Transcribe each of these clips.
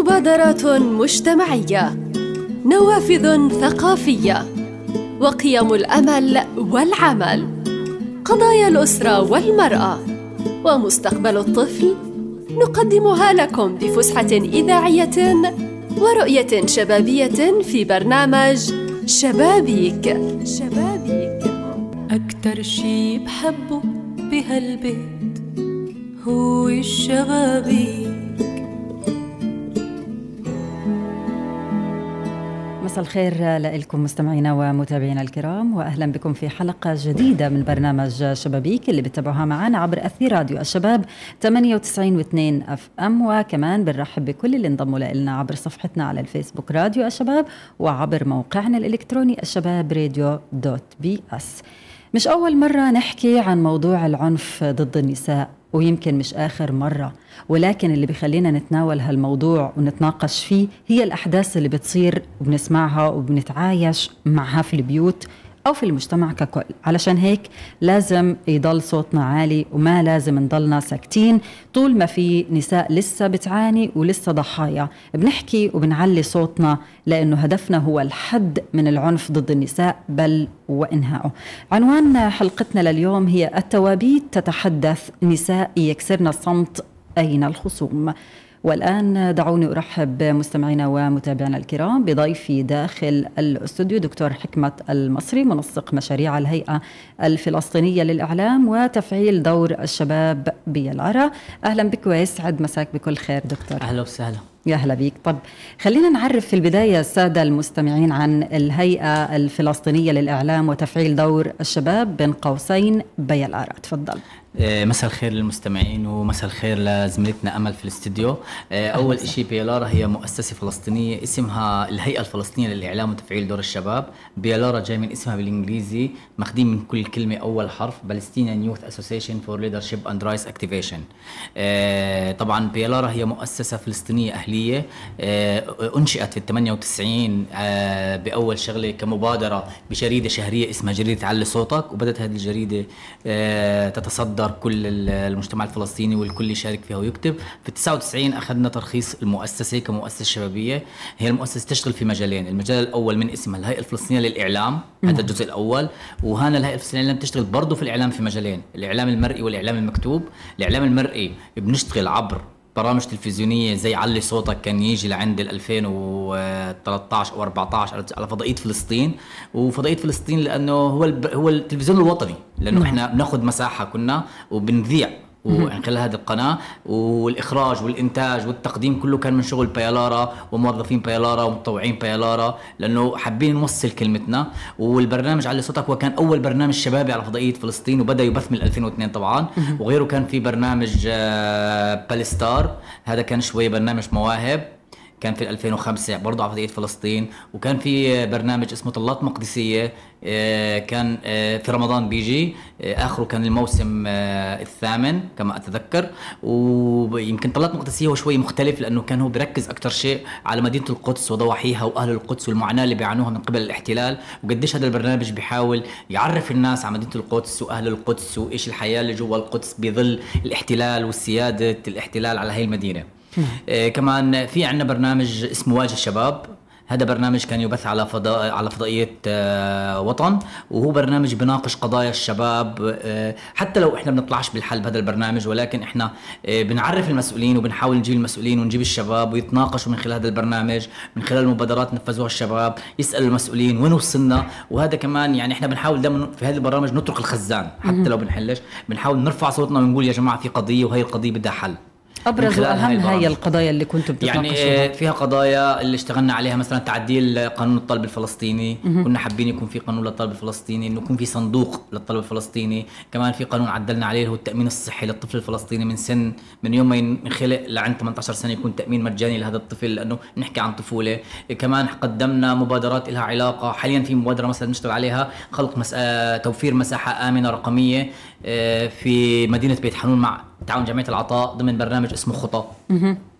مبادرات مجتمعية، نوافذ ثقافية، وقيم الأمل والعمل، قضايا الأسرة والمرأة، ومستقبل الطفل، نقدمها لكم بفسحة إذاعية ورؤية شبابية في برنامج شبابيك. أكتر شي بحبه بهالبيت هو الشبابيك. مساء الخير لكم مستمعينا ومتابعينا الكرام، وأهلا بكم في حلقة جديدة من برنامج شبابيك اللي بتتابعوها معنا عبر أثير راديو الشباب 98.2 FM، وكمان بنرحب بكل اللي انضموا لنا عبر صفحتنا على الفيسبوك راديو الشباب وعبر موقعنا الإلكتروني الشباب.radio.bs. مش أول مرة نحكي عن موضوع العنف ضد النساء، ويمكن مش آخر مرة، ولكن اللي بيخلينا نتناول هالموضوع ونتناقش فيه هي الأحداث اللي بتصير وبنسمعها وبنتعايش معها في البيوت أو في المجتمع ككل. علشان هيك لازم يضل صوتنا عالي، وما لازم نضلنا ساكتين طول ما في نساء لسه بتعاني ولسه ضحايا. بنحكي وبنعلي صوتنا لأنه هدفنا هو الحد من العنف ضد النساء بل وإنهائه. عنوان حلقتنا لليوم هي التوابيت تتحدث، نساء يكسرن الصمت، أين الخصوم؟ والآن دعوني أرحب بمستمعينا ومتابعينا الكرام بضيفي داخل الاستوديو دكتور حكمة المصري، منسق مشاريع الهيئة الفلسطينية للإعلام وتفعيل دور الشباب بالعرا. أهلا بك ويسعد مساك بكل خير دكتور. أهلا وسهلا. يا هلا بيك. طب خلينا نعرف في البداية السادة المستمعين عن الهيئة الفلسطينية للإعلام وتفعيل دور الشباب بين قوسين بيلعرا. تفضل. مساء الخير للمستمعين ومساء الخير لزميلتنا أمل في الاستديو. أول إشي بيلارا هي مؤسسة فلسطينية اسمها الهيئة الفلسطينية للإعلام وتفعيل دور الشباب. بيلارا جاي من اسمها بالإنجليزي، ماخدين من كل كلمة أول حرف Palestinian Youth Association for Leadership and Rights Activation. طبعا بيلارا هي مؤسسة فلسطينية أهلية، أنشئت في 98 بأول شغلة كمبادرة بجريدة شهرية اسمها جريدة علي صوتك، وبدأت هذه الجريدة تتصدر كل المجتمع الفلسطيني والكل يشارك فيها ويكتب. في 99 أخذنا ترخيص المؤسسة كمؤسسة شبابية. هي المؤسسة تشتغل في مجالين، المجال الأول من اسمها الهيئة الفلسطينية للإعلام، هذا الجزء الأول، وهنا الهيئة الفلسطينية للإعلام تشتغل برضو في الإعلام في مجالين، الإعلام المرئي والإعلام المكتوب. الإعلام المرئي بنشتغل عبر برامج تلفزيونية زي علي صوتك، كان يجي لعند 2013 أو 14 على فضائية فلسطين. وفضائية فلسطين لأنه هو التلفزيون الوطني، لأنه إحنا بناخد مساحة كنا وبنذيع ومن خلال هذه القناة، والإخراج والإنتاج والتقديم كله كان من شغل بيلارا وموظفين بيلارا ومتطوعين بيلارا، لأنه حابين نوصل كلمتنا. والبرنامج علي صوتك هو كان أول برنامج شبابي على فضائية فلسطين، وبدأ يبث من 2002 طبعا. وغيره كان في برنامج بالستار، هذا كان شوية برنامج مواهب، كان في 2005 برضو على فضائية فلسطين. وكان في برنامج اسمه طلات مقدسية، كان في رمضان بيجي، آخره كان الموسم الثامن كما أتذكر. ويمكن طلات مقدسية هو شوي مختلف، لأنه كان هو بركز أكتر شيء على مدينة القدس وضواحيها وأهل القدس والمعاناة اللي بيعانوها من قبل الاحتلال، وقديش هذا البرنامج بيحاول يعرف الناس على مدينة القدس وأهل القدس وإيش الحياة اللي جوا القدس بظل الاحتلال والسيادة الاحتلال على هاي المدينة. كمان في عنا برنامج اسمه واجه الشباب، هذا برنامج كان يبث على فضائية وطن، وهو برنامج بناقش قضايا الشباب. حتى لو احنا بنطلعش بالحل بهذا البرنامج، ولكن احنا بنعرف المسؤولين وبنحاول نجيب المسؤولين ونجيب الشباب ويتناقشوا من خلال هذا البرنامج، من خلال المبادرات نفذوها الشباب، يسأل المسؤولين وين وصلنا. وهذا كمان يعني احنا بنحاول دائما في هذه البرامج نترك الخزان، حتى لو بنحلش بنحاول نرفع صوتنا ونقول يا جماعة في قضية وهي القضية بدها حل. أبرز وأهم هي القضايا اللي كنتم بتتناقشوها؟ يعني فيها قضايا اللي اشتغلنا عليها، مثلا تعديل قانون الطلب الفلسطيني. كنا حابين يكون في قانون للطلب الفلسطيني، انه يكون في صندوق للطلب الفلسطيني. كمان في قانون عدلنا عليه اللي هو التأمين الصحي للطفل الفلسطيني من يوم ما ينخلق لعند 18 سنة يكون تأمين مجاني لهذا الطفل، لأنه نحكي عن طفولة. كمان قدمنا مبادرات لها علاقة، حاليا في مبادرة مثلا نشتغل عليها خلق توفير مساحة آمنة رقمية في مدينة بيت حنون مع تعاون جمعية العطاء ضمن برنامج اسمه خطى.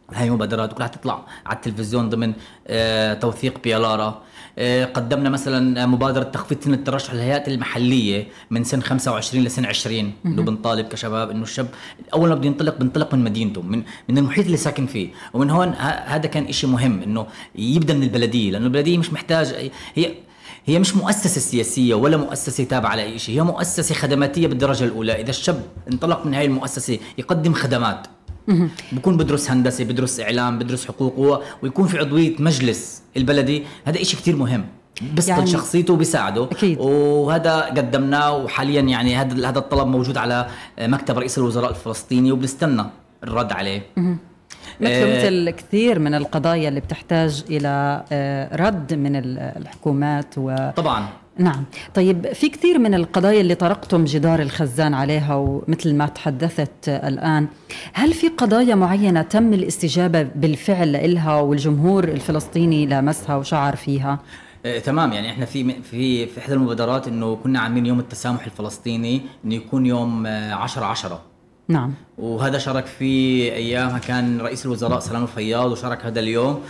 هاي مبادرات كلها تطلع على التلفزيون ضمن توثيق بيلارا. قدمنا مثلا مبادرة تخفيض سن الترشح للهيئات المحلية من سن 25 لسن 20. انه بنطالب كشباب انه الشاب اول ما بده بنطلق من مدينته، من المحيط اللي ساكن فيه، ومن هون هذا كان إشي مهم انه يبدا من البلدية، لانه البلدية مش محتاج، هي مش مؤسسة سياسية ولا مؤسسة تابعة لأي شيء، هي مؤسسة خدماتية بالدرجة الأولى. إذا الشاب انطلق من هاي المؤسسة يقدم خدمات، بكون بدرس هندسة، بدرس إعلام، بدرس حقوق، ويكون في عضوية مجلس البلدي، هذا إشي كتير مهم، بيسطل يعني شخصيته وبيساعده. أكيد. وهذا قدمناه، وحاليا يعني هذا الطلب موجود على مكتب رئيس الوزراء الفلسطيني وبنستنى الرد عليه. مثل كثير من القضايا اللي بتحتاج إلى رد من الحكومات طبعا. نعم. طيب في كثير من القضايا اللي طرقتم جدار الخزان عليها، ومثل ما تحدثت الآن، هل في قضايا معينة تم الاستجابة بالفعل إلها والجمهور الفلسطيني لامسها وشعر فيها؟ تمام. يعني احنا في احدى المبادرات انه كنا عاملين يوم التسامح الفلسطيني انه يكون يوم 10/10. نعم. وهذا شارك فيه ايامها كان رئيس الوزراء سلام الفياض، وشارك هذا اليوم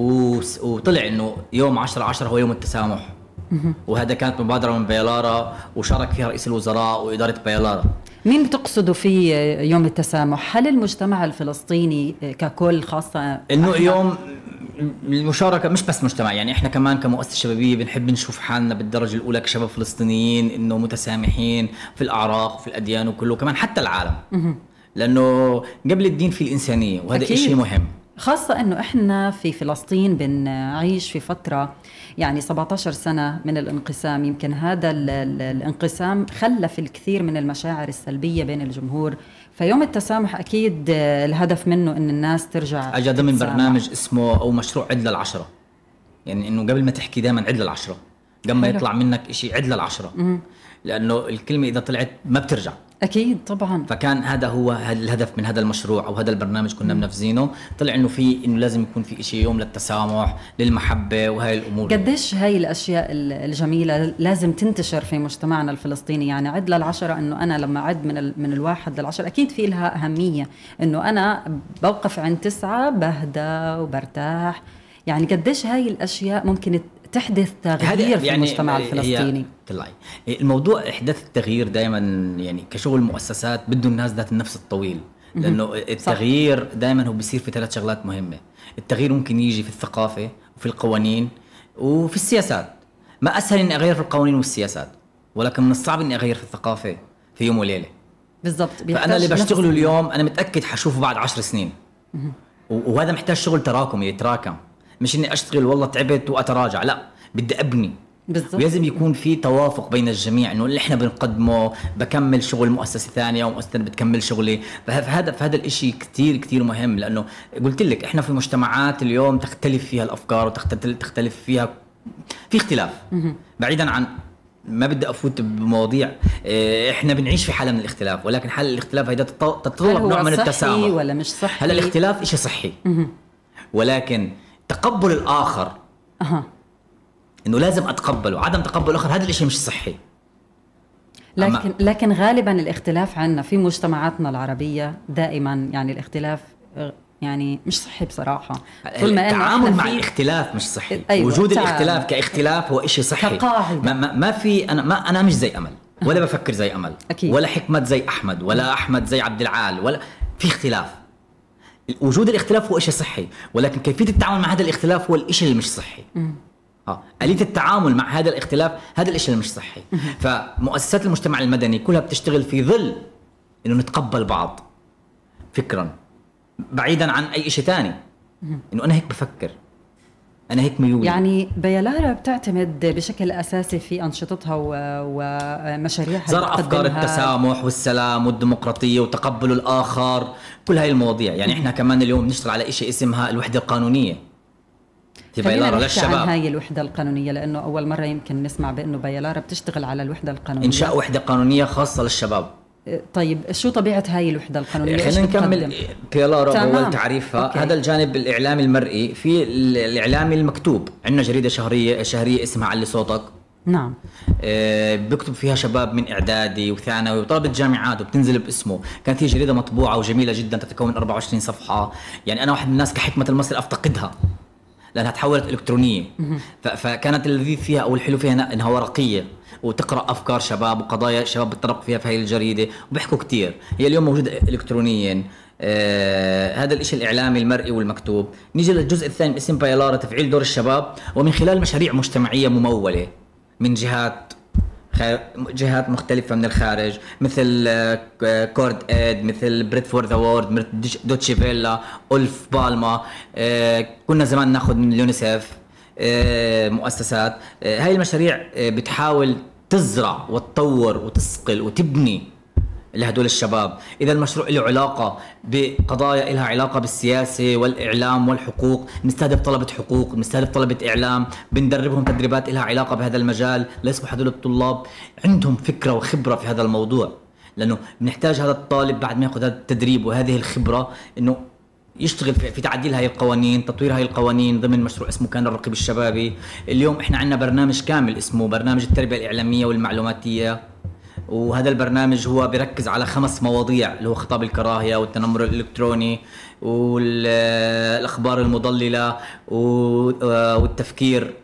وطلع انه يوم 10/10 هو يوم التسامح. وهذا كانت مبادرة من بيلارا وشارك فيها رئيس الوزراء وإدارة بيلارا. مين بتقصدوا في يوم التسامح؟ هل المجتمع الفلسطيني ككل، خاصة إنه يوم المشاركة مش بس مجتمع، يعني إحنا كمان كمؤسسة شبابية بنحب نشوف حالنا بالدرجة الأولى كشباب فلسطينيين إنه متسامحين في الأعراق وفي الأديان وكله، كمان حتى العالم. لأنه قبل الدين في الإنسانية، وهذا إشي مهم. خاصة أنه إحنا في فلسطين بنعيش في فترة يعني 17 سنة من الانقسام. يمكن هذا الانقسام خلف الكثير من المشاعر السلبية بين الجمهور، فيوم التسامح أكيد الهدف منه أن الناس ترجع. أجا ضمن برنامج اسمه أو مشروع عد لل10، يعني أنه قبل ما تحكي دائما عد لل10، قبل ما يطلع منك إشي عد لل10، لأنه الكلمة إذا طلعت ما بترجع. أكيد طبعا. فكان هذا هو الهدف من هذا المشروع أو هذا البرنامج كنا منفذينه. طلع إنه إنه لازم يكون في إشي يوم للتسامح، للمحبة، وهاي الأمور. قديش هاي الأشياء الجميلة لازم تنتشر في مجتمعنا الفلسطيني؟ يعني عد لل10، إنه أنا لما عد من 1 ل10 أكيد في لها أهمية، إنه أنا بوقف عند 9 بهدى وبرتاح. يعني قديش هاي الأشياء ممكن تحدث تغيير في المجتمع الفلسطيني؟ طلعي الموضوع إحداث التغيير دائما يعني كشغل مؤسسات بده الناس ذات النفس الطويل، لأنه التغيير دائما هو بيصير في 3 شغلات مهمة. التغيير ممكن يجي في الثقافة وفي القوانين وفي السياسات. ما أسهل إني أغير في القوانين والسياسات، ولكن من الصعب إني أغير في الثقافة في يوم وليلة. بالضبط. فأنا اللي بشتغله اليوم أنا متأكد حشوفه بعد 10 سنين. وهذا محتاج شغل تراكمي يتراكم، مش إني أشتغل والله تعبت وأتراجع، لا، بدي أبني. بالضبط. ولازم يكون في توافق بين الجميع، انه اللي احنا بنقدمه بكمل شغل مؤسسه ثانيه ومؤسسه بتكمل شغلي. فهذا الاشي كتير كتير مهم، لانه قلت لك احنا في مجتمعات اليوم تختلف فيها الافكار وتختلف فيها في اختلاف. بعيدا عن ما بدي افوت بمواضيع، احنا بنعيش في حاله من الاختلاف، ولكن حال الاختلاف هيدا تتطلب نوع من التسامح. ولا مش صحي؟ هلا الاختلاف اشي صحي، ولكن تقبل الاخر انه لازم اتقبله، عدم تقبل الاخر هذا الاشي مش صحي. لكن غالبا الاختلاف عندنا في مجتمعاتنا العربية دائما يعني الاختلاف يعني مش صحي بصراحة. التعامل مع الاختلاف مش صحي. أيوة. وجود الاختلاف كاختلاف هو إشي صحي كقاعدة. ما في أنا مش زي أمل ولا بفكر زي أمل أكيد. ولا حكمة زي أحمد ولا أحمد زي عبد العال، ولا في اختلاف. وجود الاختلاف هو إشي صحي، ولكن كيفية التعامل مع هذا الاختلاف هو الإشي اللي مش صحي. آلية التعامل مع هذا الاختلاف هذا الإشي اللي مش صحي. فمؤسسات المجتمع المدني كلها بتشتغل في ظل إنه نتقبل بعض فكرا، بعيدا عن أي شيء تاني، إنه أنا هيك بفكر، أنا هيك ميولي. يعني بيلارا بتعتمد بشكل أساسي في أنشطتها ومشاريعها زرع أفكار التسامح والسلام والديمقراطية وتقبل الآخر، كل هاي المواضيع. يعني إحنا كمان اليوم نشتغل على إشي اسمها الوحدة القانونية في بيلارا للشباب. عن هاي الوحدة القانونية، لأنه أول مرة يمكن نسمع بأنه بيلارا بتشتغل على الوحدة القانونية، إنشاء وحدة قانونية خاصة للشباب. طيب شو طبيعة هاي الوحدة القانونية؟ خلينا نكمل بيلارا أول تعريفها. هذا الجانب الإعلامي المرئي. في الإعلامي المكتوب، عندنا جريدة شهرية اسمها علي صوتك، نعم. بكتب فيها شباب من إعدادي وثانوي وطلبة جامعات وبتنزل باسمه. كانت هي جريدة مطبوعة وجميلة جدا تتكون من 24 صفحة. يعني أنا واحد من الناس كحكمة المصري أفتقدها لأنها تحولت إلكترونية. فكانت اللذيذ فيها أو الحلو فيها أنها ورقية وتقرأ أفكار شباب وقضايا شباب بتطرق فيها في هاي الجريدة وبيحكوا كتير. هي اليوم موجودة إلكترونيا. هذا الاشي الإعلامي المرئي والمكتوب. نيجي للجزء الثاني باسم بايلارا، تفعيل دور الشباب ومن خلال مشاريع مجتمعية ممولة من جهات مختلفة من الخارج، مثل كورد ايد، مثل بريت فور ذا وورد، مثل دوتشي فيلا، أولف بالما. كنا زمان ناخذ من اليونيسيف مؤسسات. هاي المشاريع بتحاول تزرع وتطور وتسقل وتبني لهدول الشباب. إذا المشروع له علاقة بقضايا لها علاقة بالسياسة والإعلام والحقوق، نستهدف طلبة حقوق، نستهدف طلبة إعلام، بندربهم تدريبات لها علاقة بهذا المجال ليصبح هدول الطلاب عندهم فكرة وخبرة في هذا الموضوع. لأنه بنحتاج هذا الطالب بعد ما يأخذ هذا التدريب وهذه الخبرة إنه يشتغل في تعديل هاي القوانين، تطوير هاي القوانين ضمن مشروع اسمه كان الرقيب الشبابي. اليوم إحنا عندنا برنامج كامل اسمه برنامج التربية الإعلامية والمعلوماتية، وهذا البرنامج هو بيركز على 5 مواضيع اللي هو خطاب الكراهية والتنمر الإلكتروني والأخبار المضللة والتفكير.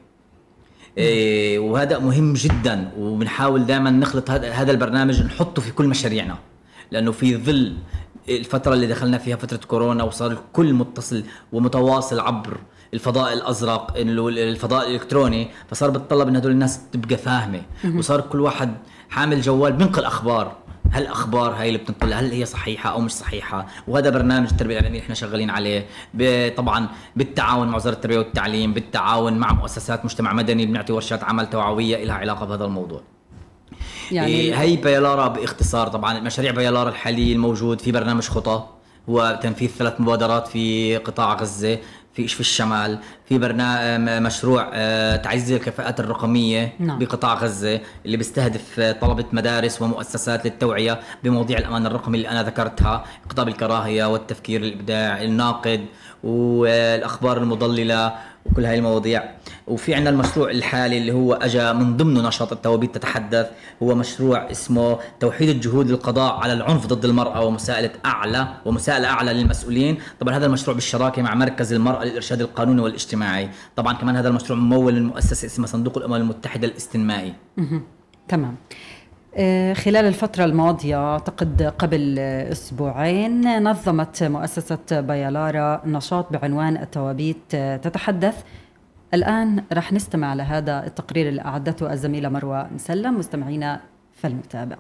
وهذا مهم جدا، وبنحاول دائما نخلط هذا البرنامج نحطه في كل مشاريعنا، لأنه في ظل الفترة اللي دخلنا فيها فترة كورونا وصار الكل متصل ومتواصل عبر الفضاء الأزرق الفضاء الإلكتروني، فصار بتطلب إن هدول الناس تبقى فاهمة، وصار كل واحد حامل جوال بنقل أخبار. هل الأخبار هاي اللي بتنقل هل هي صحيحة أو مش صحيحة؟ وهذا برنامج التربية الإعلامية إحنا شغالين عليه طبعا بالتعاون مع وزارة التربية والتعليم، بالتعاون مع مؤسسات مجتمع مدني، بنعطي ورشات عمل توعوية لها علاقة بهذا الموضوع. يعني هي بايلارا باختصار. طبعا مشاريع بايلارا الحالي الموجود في برنامج خطى، هو تنفيذ 3 مبادرات في قطاع غزة في الشمال، في برنامج مشروع تعزيز الكفاءات الرقمية بقطاع غزة اللي بيستهدف طلبة مدارس ومؤسسات للتوعية بمواضيع الأمان الرقمي اللي أنا ذكرتها، خطاب الكراهية والتفكير الإبداع الناقد والأخبار المضللة وكل هاي المواضيع. وفي عندنا المشروع الحالي اللي هو أجا من ضمنه نشاط التوابيت تتحدث، هو مشروع اسمه توحيد الجهود للقضاء على العنف ضد المرأة ومساءلة أعلى للمسؤولين. طبعا هذا المشروع بالشراكة مع مركز المرأة للإرشاد القانوني والاجتماعي. طبعا كمان هذا المشروع ممول من مؤسسة اسمها صندوق الأمم المتحدة الاستنمائي. تمام. خلال الفترة الماضية أعتقد قبل أسبوعين نظمت مؤسسة بايلارا نشاط بعنوان التوابيت تتحدث. الآن رح نستمع على هذا التقرير اللي أعدته الزميلة مروى مسلم. مستمعينا فلنتابع.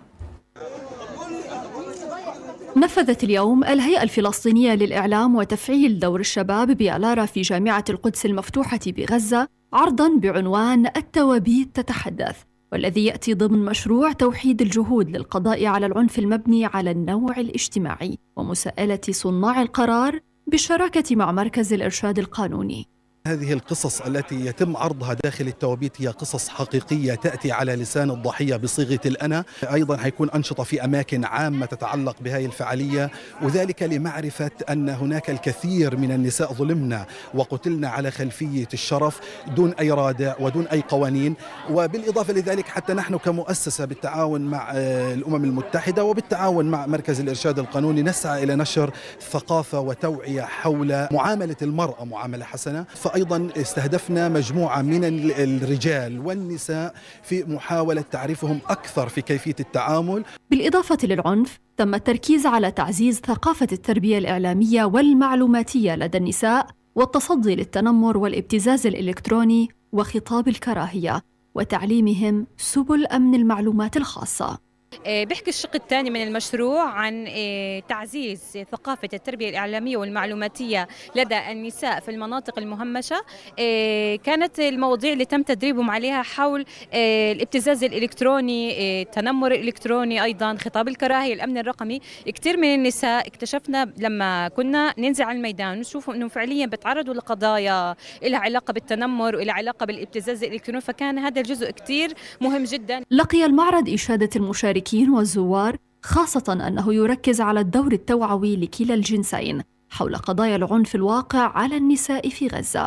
نفذت اليوم الهيئة الفلسطينية للإعلام وتفعيل دور الشباب بايلارا في جامعة القدس المفتوحة بغزة عرضاً بعنوان التوابيت تتحدث، والذي يأتي ضمن مشروع توحيد الجهود للقضاء على العنف المبني على النوع الاجتماعي ومساءلة صناع القرار بالشراكة مع مركز الإرشاد القانوني. هذه القصص التي يتم عرضها داخل التوابيت هي قصص حقيقية تأتي على لسان الضحية بصيغة الأنا. أيضا حيكون أنشطة في أماكن عامة تتعلق بهذه الفعالية، وذلك لمعرفة أن هناك الكثير من النساء ظلمنا وقتلنا على خلفية الشرف دون أي رادع ودون أي قوانين. وبالإضافة لذلك حتى نحن كمؤسسة بالتعاون مع الأمم المتحدة وبالتعاون مع مركز الإرشاد القانوني نسعى إلى نشر ثقافة وتوعية حول معاملة المرأة معاملة حسنة. أيضا استهدفنا مجموعة من الرجال والنساء في محاولة تعريفهم أكثر في كيفية التعامل. بالإضافة للعنف تم التركيز على تعزيز ثقافة التربية الإعلامية والمعلوماتية لدى النساء والتصدي للتنمر والابتزاز الإلكتروني وخطاب الكراهية وتعليمهم سبل أمن المعلومات الخاصة. بيحكي الشق الثاني من المشروع عن تعزيز ثقافة التربية الإعلامية والمعلوماتية لدى النساء في المناطق المهمشة. كانت المواضيع اللي تم تدريبهم عليها حول الابتزاز الإلكتروني، التنمر الإلكتروني، أيضا خطاب الكراهية، الأمن الرقمي. كثير من النساء اكتشفنا لما كنا ننزل على الميدان ونشوفوا أنه فعليا بتعرضوا لقضايا لها علاقة بالتنمر وإلها علاقة بالابتزاز الإلكتروني، فكان هذا الجزء كثير مهم جدا. لقي المعرض إشادة المشاركين والزوار، خاصة أنه يركز على الدور التوعوي لكلا الجنسين حول قضايا العنف الواقع على النساء في غزة.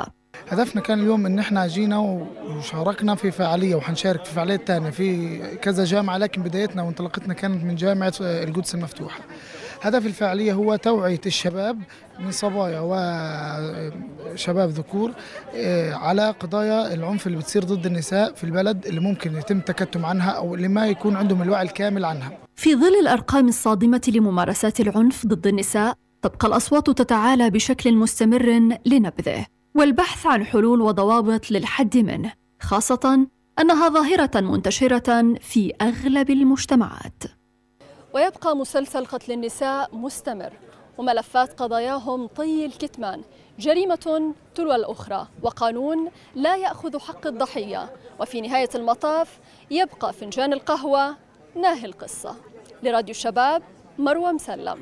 هدفنا كان اليوم ان احنا جينا وشاركنا في فعاليه، وحنشارك في فعاليات ثانيه في كذا جامعه، لكن بدايتنا وانطلاقتنا كانت من جامعه القدس المفتوحه. هدف الفعاليه هو توعيه الشباب من صبايا وشباب ذكور على قضايا العنف اللي بتصير ضد النساء في البلد، اللي ممكن يتم التكتم عنها او اللي ما يكون عندهم الوعي الكامل عنها. في ظل الأرقام الصادمة لممارسات العنف ضد النساء، تبقى الأصوات تتعالى بشكل مستمر لنبذه والبحث عن حلول وضوابط للحد منه، خاصة أنها ظاهرة منتشرة في أغلب المجتمعات. ويبقى مسلسل قتل النساء مستمر، وملفات قضاياهم طي الكتمان جريمة تلو الأخرى، وقانون لا يأخذ حق الضحية، وفي نهاية المطاف يبقى فنجان القهوة ناهي القصة. لراديو الشباب، مروى مسلم.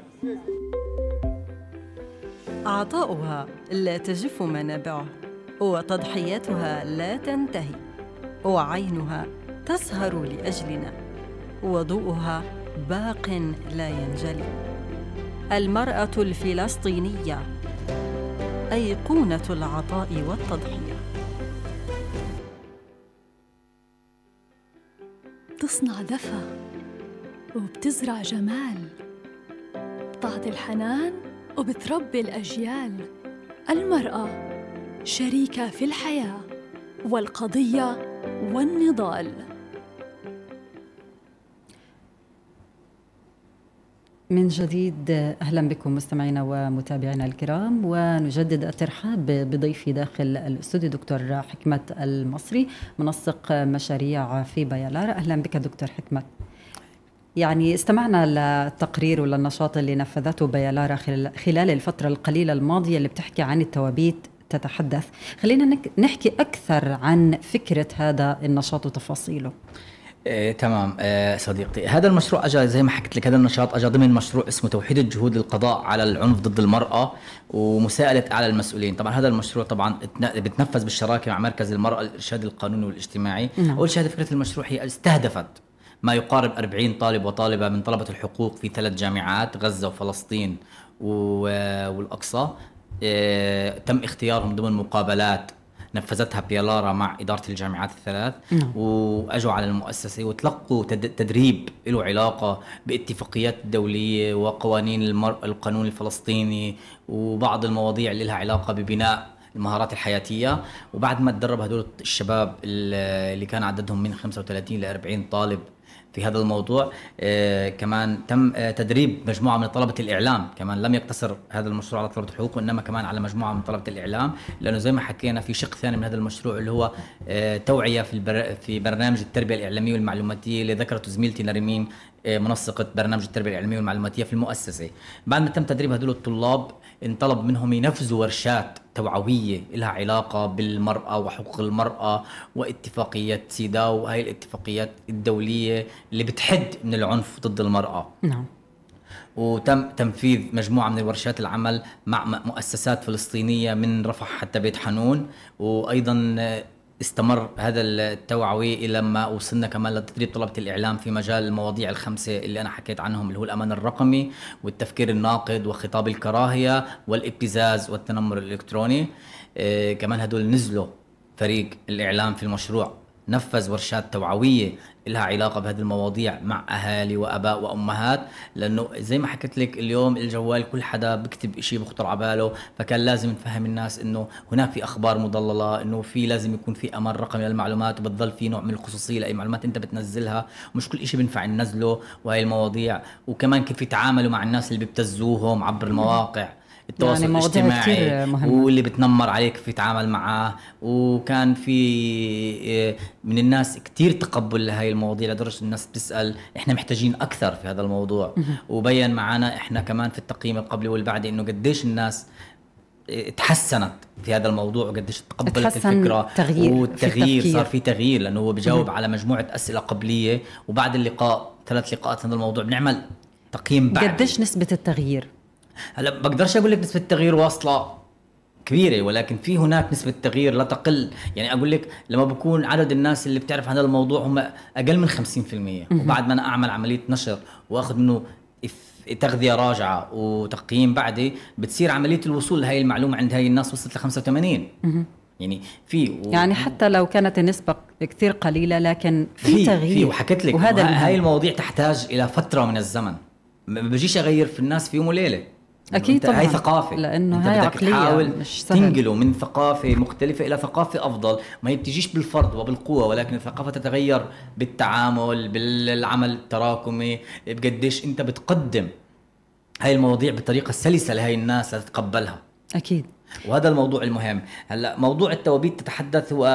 عطاؤها لا تجف منابعه، وتضحياتها لا تنتهي، وعينها تسهر لأجلنا، وضوءها باق لا ينجلي. المرأة الفلسطينية أيقونة العطاء والتضحية. بتصنع دفى وبتزرع جمال، بتعطي الحنان وبتربي الأجيال. المرأة شريكة في الحياة والقضية والنضال. من جديد أهلا بكم مستمعينا ومتابعينا الكرام، ونجدد الترحاب بضيفي داخل الاستوديو دكتور حكمة المصري، منسق مشاريع في بيالارا. أهلا بك دكتور حكمة. يعني استمعنا للتقرير وللنشاط اللي نفذته بيالارا خلال الفترة القليلة الماضية اللي بتحكي عن التوابيت تتحدث. خلينا نحكي أكثر عن فكرة هذا النشاط وتفاصيله. تمام صديقتي، هذا المشروع أجا زي ما حكيت لك، هذا النشاط أجا ضمن مشروع اسمه توحيد الجهود للقضاء على العنف ضد المرأة ومساءلة أعلى المسؤولين. طبعا هذا المشروع طبعا بتنفذ بالشراكة مع مركز المرأة للإرشاد القانوني والاجتماعي. أول شيء فكرة المشروع هي استهدفت ما يقارب 40 طالب وطالبة من طلبة الحقوق في 3 جامعات، غزة وفلسطين والأقصى. تم اختيارهم ضمن مقابلات نفذتها بيالارا مع إدارة الجامعات الثلاث، وأجوا على المؤسسة وتلقوا تدريب له علاقة باتفاقيات دولية وقوانين القانون الفلسطيني وبعض المواضيع اللي لها علاقة ببناء المهارات الحياتية. وبعد ما تدرب هدول الشباب اللي كان عددهم من 35 ل 40 طالب في هذا الموضوع، كمان تم تدريب مجموعة من طلبة الإعلام. كمان لم يقتصر هذا المشروع على طلبة الحقوق، وإنما كمان على مجموعة من طلبة الإعلام، لأنه زي ما حكينا في شق ثاني من هذا المشروع اللي هو توعية في برنامج التربية الإعلامية والمعلوماتية اللي ذكرته زميلتي نريمين، منسقة برنامج التربية الإعلامية والمعلوماتية في المؤسسة. بعد ما تم تدريب هذول الطلاب، انطلب منهم ينفذوا ورشات توعوية لها علاقة بالمرأة وحقوق المرأة واتفاقية سيداو، وهي الاتفاقيات الدولية اللي بتحد من العنف ضد المرأة. نعم. وتم تنفيذ مجموعة من ورشات العمل مع مؤسسات فلسطينية من رفح حتى بيت حنون، وأيضا استمر هذا التوعوي إلى ما وصلنا كمان لتدريب طلبة الإعلام في مجال المواضيع الخمسة اللي أنا حكيت عنهم، اللي هو الأمان الرقمي والتفكير الناقد وخطاب الكراهية والابتزاز والتنمر الإلكتروني. كمان هدول نزلوا فريق الإعلام في المشروع، نفذ ورشات توعوية لها علاقة بهذه المواضيع مع أهالي وأباء وأمهات، لأنه زي ما حكيت لك اليوم الجوال كل حدا بكتب إشي بخطر على باله، فكان لازم نفهم الناس إنه هناك في أخبار مضللة، إنه في لازم يكون في أمان رقمي للمعلومات، وبتظل في نوع من الخصوصية لأي معلومات أنت بتنزلها، ومش كل إشي بينفع ننزله وهي المواضيع. وكمان كيف يتعاملوا مع الناس اللي بيبتزوهم عبر المواقع التواصل يعني الاجتماعي، واللي بتنمر عليك في يتعامل معاه. وكان في من الناس كتير تقبل لهي المواضيع لدرجة الناس بتسأل احنا محتاجين أكثر في هذا الموضوع. وبين معنا احنا كمان في التقييم القبلي والبعدي انه قديش الناس تحسنت في هذا الموضوع وقديش تقبلت الفكرة، والتغيير صار في تغيير، لأنه هو بجاوب على مجموعة أسئلة قبلية، وبعد اللقاء 3 لقاءات هذا الموضوع بنعمل تقييم بعدي. قديش نسبة التغيير؟ هلا بقدرش اقول لك نسبه التغيير واصله كبيره، ولكن في هناك نسبه تغيير لا تقل. يعني اقول لك لما بكون عدد الناس اللي بتعرف هذا الموضوع هم اقل من 50%، وبعد ما انا اعمل عمليه نشر واخذ منه تغذية راجعة وتقييم بعدي، بتصير عملية الوصول لهي المعلومة عند هاي الناس وصلت ل 85. يعني يعني حتى لو كانت النسبة كثير قليلة لكن في تغيير. وحكيت لك هاي المواضيع تحتاج إلى فترة من الزمن، ما بجيش أغير في الناس في يوم وليلة. أكيد طبعا، هاي ثقافة، لأنه هاي عقلية تحاول مش سهل تنقله من ثقافة مختلفة إلى ثقافة أفضل. ما هي بتجيش بالفرض وبالقوة، ولكن الثقافة تتغير بالتعامل، بالعمل التراكمي، بقديش أنت بتقدم هاي المواضيع بطريقة سلسة لهاي الناس لتتقبلها. أكيد. وهذا الموضوع المهم. هلا موضوع التوابيت تتحدث هو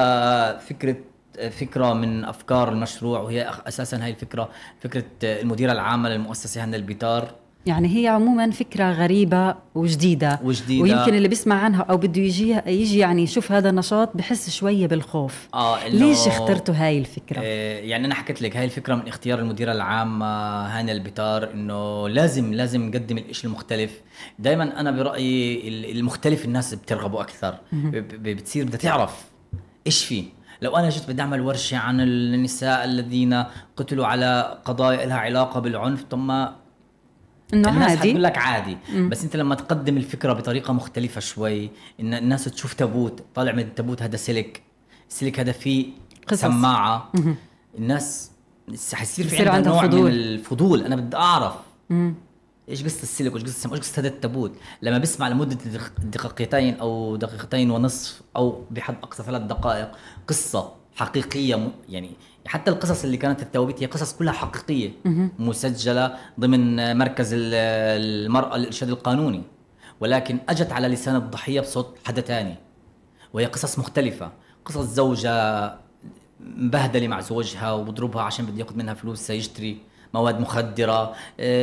فكرة من أفكار المشروع، وهي أساسا هاي الفكرة فكرة المديرة العامة للمؤسسة هنا البيطار. يعني هي عموما فكرة غريبة وجديدة ويمكن اللي بيسمع عنها أو بده يجي يعني يشوف هذا النشاط بحس شوية بالخوف. ليش اخترتوا هاي الفكرة؟ يعني أنا حكيت لك هاي الفكرة من اختيار المديرة العامة هنا البيطار، إنه لازم نقدم الإشي المختلف. دايما أنا برأيي المختلف الناس بترغبوا أكثر، بتصير بدها تعرف إيش فيه. لو أنا جيت بدي أعمل ورشة عن النساء الذين قتلوا على قضايا لها علاقة بالعنف، ثم الناس هتقول لك عادي. بس انت لما تقدم الفكرة بطريقة مختلفة شوي، ان الناس تشوف تابوت طالع من التابوت، هذا السلك هذا فيه سماعة، الناس حيصير في عندها نوع من الفضول. انا بدي اعرف ايش قصة السلك وايش قصة السماعة وايش قصة هذا التابوت. لما بسمع لمدة دقيقتين او دقيقتين ونصف او بحد اقصى 3 دقائق قصة حقيقية، يعني حتى القصص اللي كانت التوابيت هي قصص كلها حقيقية مسجلة ضمن مركز المرأة للإرشاد القانوني، ولكن أجت على لسان الضحية بصوت حدا تاني، وهي قصص مختلفة. قصص زوجة مبهدلة مع زوجها وبضربها عشان بده ياخذ منها فلوس سيشتري مواد مخدرة.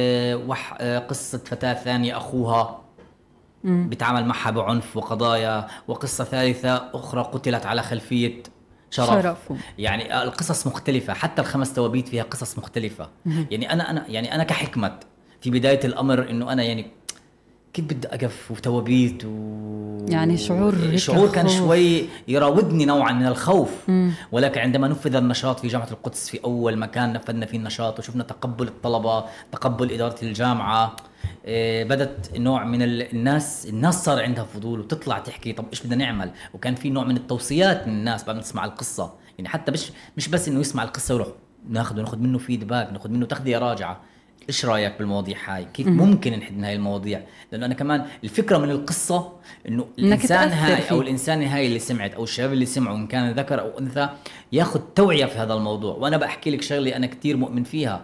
قصة فتاة ثانية أخوها بيتعامل معها بعنف وقضايا. وقصة ثالثة أخرى قتلت على خلفية شرف. يعني القصص مختلفة، حتى ال5 توابيت فيها قصص مختلفة. يعني أنا كحكمة في بداية الأمر إنه أنا يعني كيف بدي أقف وتوابيت يعني شعور كان شوي يراودني نوعا من الخوف. ولكن عندما نفذ النشاط في جامعة القدس في أول مكان نفذنا فيه النشاط وشفنا تقبل الطلبة، تقبل إدارة الجامعة، بدت نوع من الناس صار عندها فضول وتطلع تحكي طب إيش بدنا نعمل. وكان في نوع من التوصيات من الناس بعد ما تسمع القصة، يعني حتى مش بس إنه يسمع القصة ويروح ناخذ منه فيدباك، ناخذ منه تغذية راجعة. إيش رأيك بالمواضيع هاي؟ كيف ممكن نحد هاي المواضيع؟ لأنه أنا كمان الفكرة من القصة إنه الإنسان هاي أو الإنسانة هاي اللي سمعت أو الشباب اللي سمعوا إن كان ذكر أو أنثى ياخد توعية في هذا الموضوع. وأنا بحكي لك شغلة أنا كتير مؤمن فيها،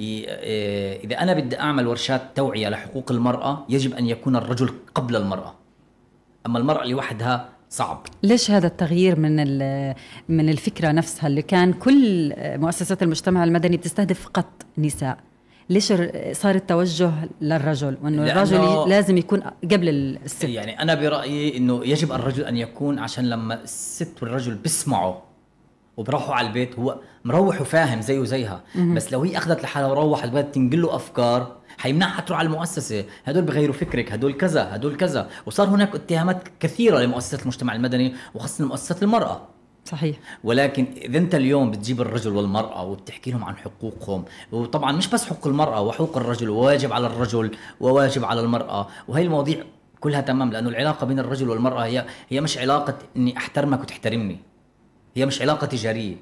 إذا أنا بدي أعمل ورشات توعية لحقوق المرأة يجب أن يكون الرجل قبل المرأة، أما المرأة لوحدها صعب. ليش هذا التغيير من الفكرة نفسها اللي كان كل مؤسسات المجتمع المدني بتستهدف فقط نساء؟ ليش صار التوجه للرجل وانه الرجل لازم يكون قبل الست؟ يعني انا برايي انه يجب الرجل ان يكون، عشان لما الست والرجل بيسمعوا وبروحوا على البيت هو مروح وفاهم زيه زيها. بس لو هي اخذت لحالها وروحت بدها تنقل له افكار حيمنعها تروح على المؤسسه. هدول بغيروا فكرك، هدول كذا هدول كذا. وصار هناك اتهامات كثيره لمؤسسات المجتمع المدني وخاصه مؤسسات المراه. صحيح. ولكن إذا أنت اليوم بتجيب الرجل والمرأة وبتحكي لهم عن حقوقهم، وطبعا مش بس حقوق المرأة وحقوق الرجل، وواجب على الرجل وواجب على المرأة، وهي المواضيع كلها تمام. لأنه العلاقة بين الرجل والمرأة هي مش علاقة إني أحترمك وتحترمني، هي مش علاقة تجارية،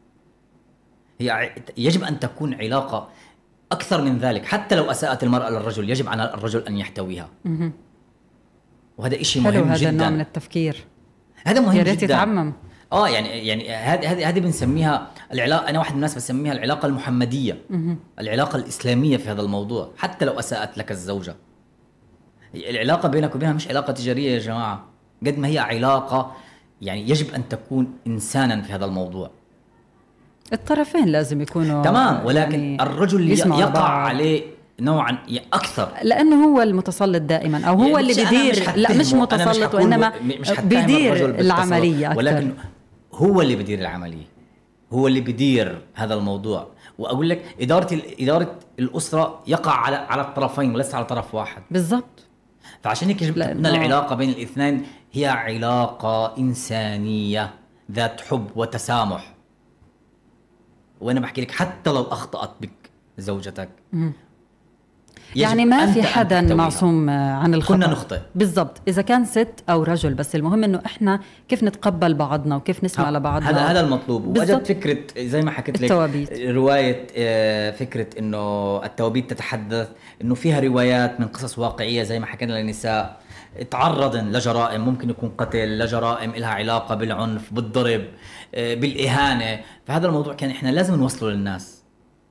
هي يجب أن تكون علاقة أكثر من ذلك. حتى لو أساءت المرأة للرجل يجب على الرجل أن يحتويها. وهذا إشي مهم جدا. هذا النوع من التفكير هذا مهم جدا. يتعمم. يعني هذه بنسميها العلاقة. أنا واحد من الناس بسميها العلاقة المحمدية، العلاقة الإسلامية في هذا الموضوع. حتى لو أساءت لك الزوجة، العلاقة بينك وبينها مش علاقة تجارية يا جماعة، قد ما هي علاقة يعني يجب أن تكون إنسانا في هذا الموضوع. الطرفين لازم يكونوا تمام، ولكن يعني الرجل يقع عليه نوعا أكثر لأنه هو المتسلط دائما، أو هو يعني اللي بيدير. لا مش متسلط، وإنما بيدير العملية أكثر. ولكن هو اللي بيدير العملية، هو اللي بيدير هذا الموضوع. وأقول لك إدارة الأسرة يقع على الطرفين وليس على طرف واحد. بالضبط. فعشان هيك يجب أن العلاقة بين الاثنين هي علاقة إنسانية ذات حب وتسامح. وأنا بحكي لك حتى لو أخطأت بك زوجتك يعني ما في حدا معصوم عن الخطأ. كنا نخطئ بالضبط، إذا كان ست أو رجل، بس المهم إنه إحنا كيف نتقبل بعضنا وكيف نسمع لبعضنا. هذا المطلوب. وجد فكرة زي ما حكيت لك رواية فكرة إنه التوابيت تتحدث، إنه فيها روايات من قصص واقعية زي ما حكينا للنساء تعرضن لجرائم، ممكن يكون قتل، لجرائم إلها علاقة بالعنف، بالضرب، بالإهانة. فهذا الموضوع كان إحنا لازم نوصله للناس،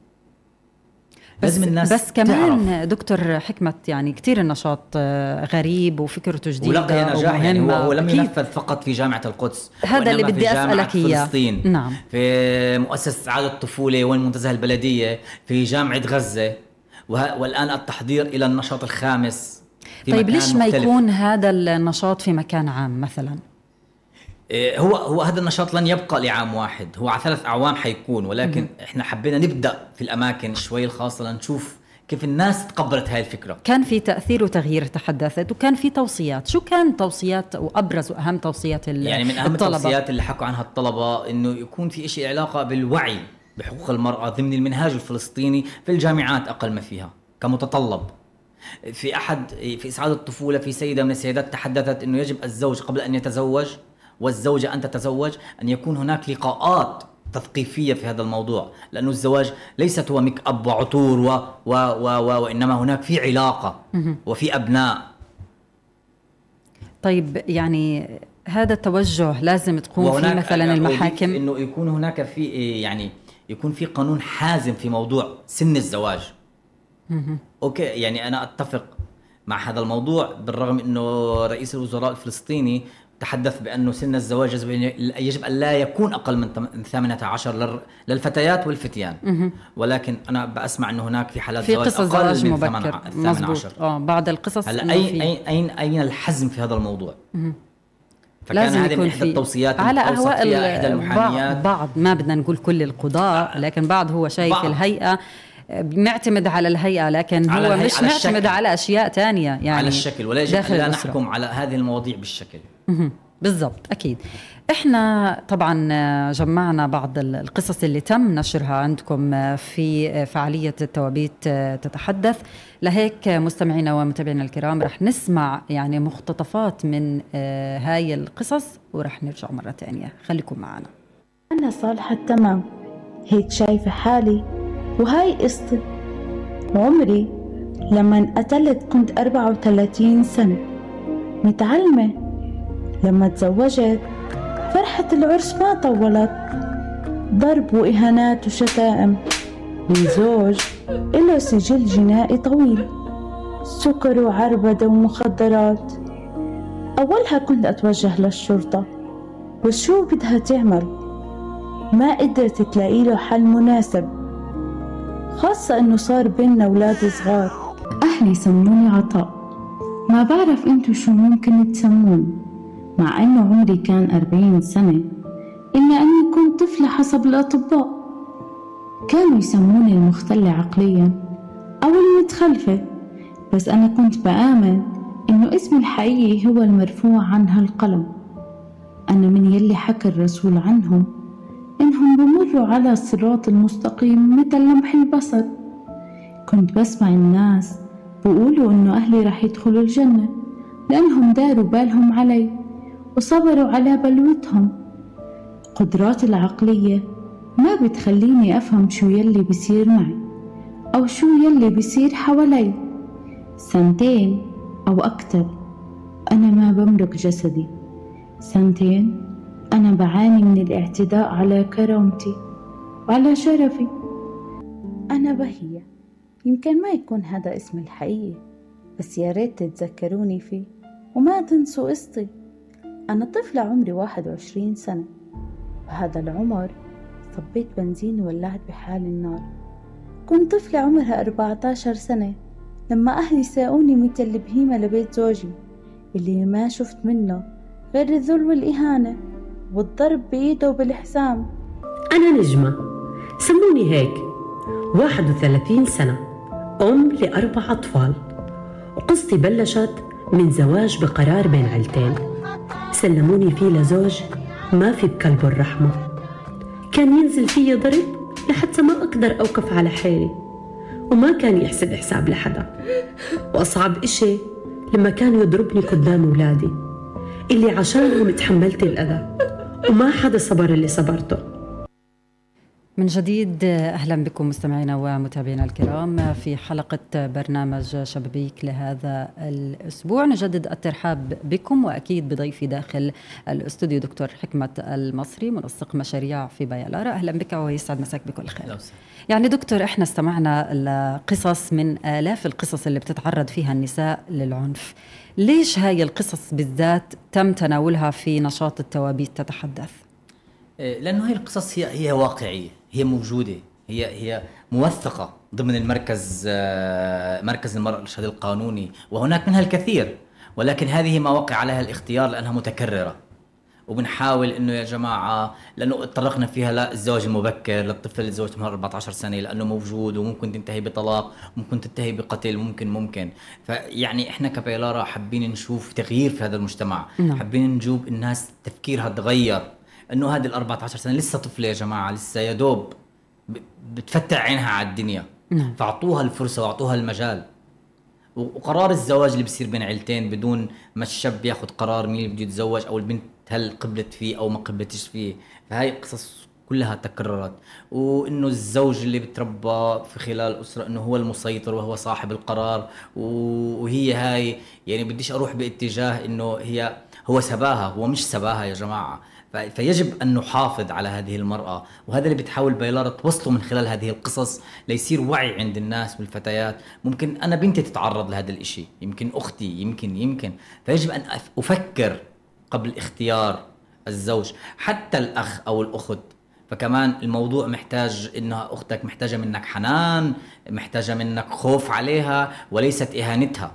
لازم الناس بس كمان تعرف. دكتور حكمة يعني كتير النشاط غريب وفكرته جديدة ولقي نجاح. يعني هو لم ينفذ فقط في جامعة القدس، هذا اللي بدي أسألك إياه. فلسطين، نعم. في مؤسسة سعادة الطفولة والمنتزه البلدية، في جامعة غزة، والآن التحضير إلى النشاط الخامس. طيب ليش ما يكون هذا النشاط في مكان عام مثلا؟ هو هذا النشاط لن يبقى لعام واحد، هو على 3 أعوام حيكون، ولكن احنا حبينا نبدأ في الأماكن شوي الخاصة لنشوف كيف الناس تقبلت هاي الفكرة. كان في تأثير وتغيير تحدثت، وكان في توصيات. شو كان توصيات وأبرز وأهم توصيات يعني من أهم التوصيات اللي حكوا عنها الطلبة إنه يكون في إشي علاقة بالوعي بحقوق المرأة ضمن المنهاج الفلسطيني في الجامعات أقل ما فيها كمتطلب. في سعادة الطفولة في سيدة من السيدات تحدثت إنه يجب الزوج قبل أن يتزوج والزوجة أن تتزوج أن يكون هناك لقاءات تثقيفية في هذا الموضوع، لأنه الزواج ليست هو ميك أب وعطور وإنما هناك في علاقة وفي أبناء. طيب يعني هذا التوجه لازم تكون في مثلا المحاكم، إنه يكون هناك في يعني يكون في قانون حازم في موضوع سن الزواج. أوكي، يعني أنا أتفق مع هذا الموضوع، بالرغم إنه رئيس الوزراء الفلسطيني تحدث بأنه سن الزواج يجب أن لا يكون أقل من 18 للفتيات والفتيان. ولكن أنا بأسمع أنه هناك في حالات زواج أقل من مبكر. 18. بعض القصص. هلا أين الحزم في هذا الموضوع؟ فكان هذه من إحدى التوصيات على أهواء إحدى المحاميات. بعض ما بدنا نقول كل القضاء، لكن بعض هو شايف الهيئة معتمد على الهيئة، لكن هو مش معتمد على أشياء تانية يعني على الشكل، ولا يجب أن لا نحكم على هذه المواضيع بالشكل. بالضبط. أكيد إحنا طبعا جمعنا بعض القصص اللي تم نشرها عندكم في فعالية التوابيت تتحدث. لهيك مستمعينا ومتابعينا الكرام رح نسمع يعني مقتطفات من هاي القصص ورح نرجع مرة تانية. خليكم معنا. أنا صالحة التمام، هيك شايفة حالي وهاي قصتي. عمري لما انقتلت كنت 34 سنة، متعلمة. لما تزوجت فرحة العرس ما طولت، ضرب وإهانات وشتائم من زوج إله سجل جنائي طويل، سكر وعربدة ومخدرات. أولها كنت أتوجه للشرطة، بس شو بدها تعمل؟ ما قدرت تلاقي له حل مناسب، خاصة إنه صار بيننا أولاد صغار. أهلي سموني عطاء، ما بعرف أنتو شو ممكن تسمون، مع أنه عمري كان 40 سنة، إلا أني كنت طفلة حسب الأطباء. كانوا يسموني المختلة عقليا أو المتخلفة، بس أنا كنت بآمن إنه اسمي الحقيقي هو المرفوع عنها القلم. أنا من يلي حكى الرسول عنهم إنهم بمروا على الصراط المستقيم مثل لمح البصر. كنت بسمع الناس بيقولوا إنه أهلي رح يدخلوا الجنة لأنهم داروا بالهم علي وصبروا على بلوتهم. قدراتي العقلية ما بتخليني أفهم شو يلي بيصير معي أو شو يلي بيصير حوالي. 2 أو أكتر أنا ما بملك جسدي. 2 أنا بعاني من الاعتداء على كرامتي وعلى شرفي. أنا بهية، يمكن ما يكون هذا اسمي الحقيقي، بس يا ريت تتذكروني فيه وما تنسوا قصتي. أنا طفلة عمري 21 سنة، بهذا العمر صبيت بنزين وولعت بحال النار. كنت طفلة عمرها 14 سنة لما أهلي ساقوني مثل البهيمة لبيت زوجي اللي ما شفت منه غير الذل والإهانة والضرب بإيده وبالحزام. أنا نجمة، سموني هيك، 31 سنة، أم ل4 أطفال، وقصتي بلشت من زواج بقرار بين عيلتين سلموني فيه لزوج ما في بقلبه الرحمة. كان ينزل فيه ضرب لحتى ما أقدر أوقف على حالي، وما كان يحسب حساب لحدا. وأصعب إشي لما كان يضربني قدام أولادي اللي عشانهم تحملت الأذى، وما حدا صبر اللي صبرته. من جديد أهلا بكم مستمعينا ومتابعينا الكرام في حلقة برنامج شبابيك لهذا الأسبوع. نجدد الترحاب بكم وأكيد بضيفي داخل الاستوديو دكتور حكمة المصري، منسق مشاريع في بايلارا. أهلا بك ويسعد مساك بكل خير. يعني دكتور، إحنا استمعنا لقصص من آلاف القصص اللي بتتعرض فيها النساء للعنف. ليش هاي القصص بالذات تم تناولها في نشاط التوابيت تتحدث؟ لأنه هي القصص هي واقعية، هي موجودة، هي موثقة ضمن المركز، مركز المرأة الإرشاد القانوني، وهناك منها الكثير، ولكن هذه ما وقع عليها الاختيار لأنها متكررة. وبنحاول إنه يا جماعة، لأنه اتطرقنا فيها للزواج المبكر للطفل اللي تزوج من 14 سنة، لأنه موجود وممكن تنتهي بطلاق، ممكن تنتهي بقتل، ممكن. فيعني إحنا كبايلارا حابين نشوف تغيير في هذا المجتمع. حابين نجوب الناس تفكيرها تغير، انه هذه ال14 سنه لسه طفله يا جماعه، لسه يا دوب بتفتح عينها على الدنيا. فاعطوها الفرصه واعطوها المجال. وقرار الزواج اللي بيصير بين عيلتين بدون ما الشاب ياخذ قرار مين اللي بده يتزوج او البنت هل قبلت فيه او ما قبلتش فيه، فهاي القصص كلها تكررت. وانه الزوج اللي بتربى في خلال الاسره انه هو المسيطر وهو صاحب القرار، وهي هاي يعني بديش اروح باتجاه انه هو سباها، هو مش سباها يا جماعه. فيجب أن نحافظ على هذه المرأة، وهذا اللي بتحاول بايلارا توصله من خلال هذه القصص ليصير وعي عند الناس والفتيات. ممكن أنا بنتي تتعرض لهذا الإشي، يمكن أختي، يمكن فيجب أن أفكر قبل اختيار الزوج، حتى الأخ أو الأخت. فكمان الموضوع محتاج إنها أختك محتاجة منك حنان، محتاجة منك خوف عليها وليست إهانتها.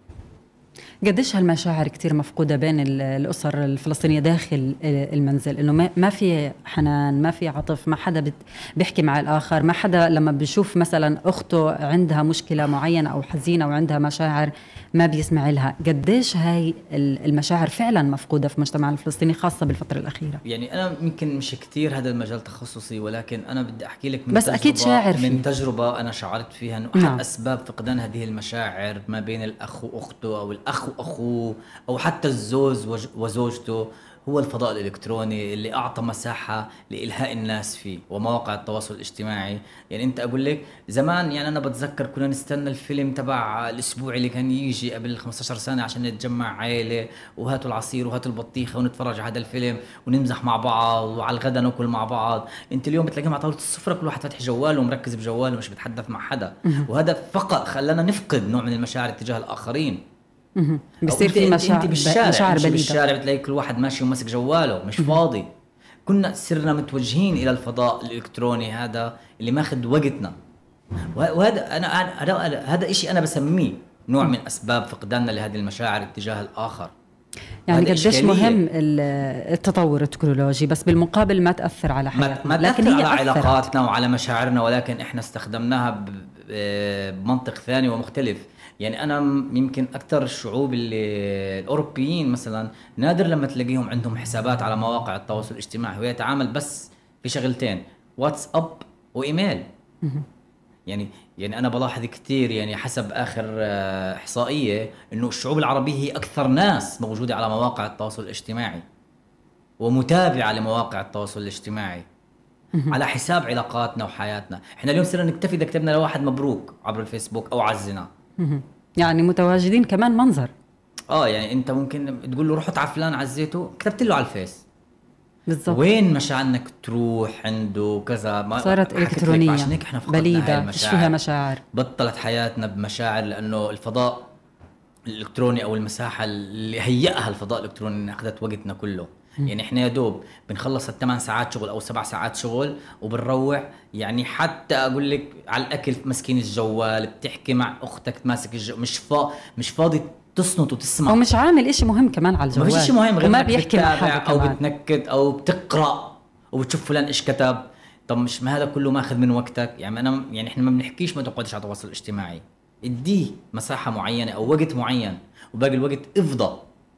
قديش هالمشاعر كتير مفقودة بين الأسر الفلسطينية داخل المنزل، إنه ما في حنان، ما في عطف، ما حدا بيحكي مع الآخر، ما حدا لما بيشوف مثلا أخته عندها مشكلة معينة أو حزينة وعندها مشاعر ما بيسمع لها. قديش هاي المشاعر فعلا مفقودة في مجتمعنا الفلسطيني خاصة بالفترة الأخيرة؟ يعني أنا يمكن مش كتير هذا المجال تخصصي، ولكن أنا بدي أحكي لك بس أكيد شاعر من تجربة أنا شعرت فيها أنه أحد أسباب فقدان هذه المشاعر ما بين الأخ وأخته أو الأخ وأخوه أو حتى الزوج وزوجته هو الفضاء الإلكتروني اللي أعطى مساحة لإلهاء الناس فيه ومواقع التواصل الاجتماعي. يعني أنت أقول لك زمان، يعني أنا بتذكر كنا نستنى الفيلم تبع الأسبوع اللي كان يجي قبل 15 سنة عشان نتجمع عائلة، وهاتوا العصير وهاتوا البطيخة ونتفرج على هذا الفيلم ونمزح مع بعض، وعلى الغداء ناكل مع بعض. أنت اليوم بتلاقيهم على طاولة السفرة كل واحد فاتح جواله ومركز بجواله ومش بتحدث مع حدا، وهذا فقط خلانا نفقد نوع من المشاعر تجاه الآخرين. بصير في مشاعر بالشارع بتلاقي كل واحد ماشي وماسك جواله مش فاضي. كنا صرنا متوجهين الى الفضاء الالكتروني هذا اللي ماخذ وقتنا، وهذا هذا إشي انا بسميه نوع من اسباب فقداننا لهذه المشاعر اتجاه الاخر. يعني قديش مهم التطور التكنولوجي، بس بالمقابل ما تأثر على حياتنا، لكن هي على علاقاتنا وعلى مشاعرنا، ولكن احنا استخدمناها بمنطق ثاني ومختلف. يعني أنا يمكن أكثر الشعوب اللي الأوروبيين مثلا نادر لما تلاقيهم عندهم حسابات على مواقع التواصل الاجتماعي، وهي تعامل بس في شغلتين، واتساب وإيميل. يعني أنا بلاحظ كتير، يعني حسب آخر إحصائية إنه الشعوب العربية هي أكثر ناس موجودة على مواقع التواصل الاجتماعي ومتابعة لمواقع التواصل الاجتماعي على حساب علاقاتنا وحياتنا. إحنا اليوم صرنا نكتفي إذا كتبنا لواحد مبروك عبر الفيسبوك أو عزنا. يعني متواجدين كمان منظر. يعني انت ممكن تقول له رحت على فلان عزيته، كتبت له على الفيس بالضبط، وين مشاعرك تروح عنده كذا، ما صارت الكترونيه عشان هيك احنا بليده مش فيها مشاعر. بطلت حياتنا بمشاعر، لانه الفضاء الالكتروني او المساحه اللي هيئها الفضاء الالكتروني اخذت وقتنا كله. يعني احنا يا دوب بنخلص 8 ساعات شغل او 7 ساعات شغل وبنروح، يعني حتى اقول لك على الاكل مسكين الجوال، بتحكي مع اختك ماسك مش فاضي تصنط وتسمع، او مش عامل إشي مهم كمان على الجوال، ما فيش شيء مهم غير ما بيحكي مع حدا او بتنكد او بتقرا وبتشوف فلان ايش كتب. طب مش ما هذا كله ماخذ من وقتك؟ يعني احنا ما بنحكيش ما تقعدش على التواصل الاجتماعي، اديه مساحه معينه او وقت معين، وباقي الوقت افضى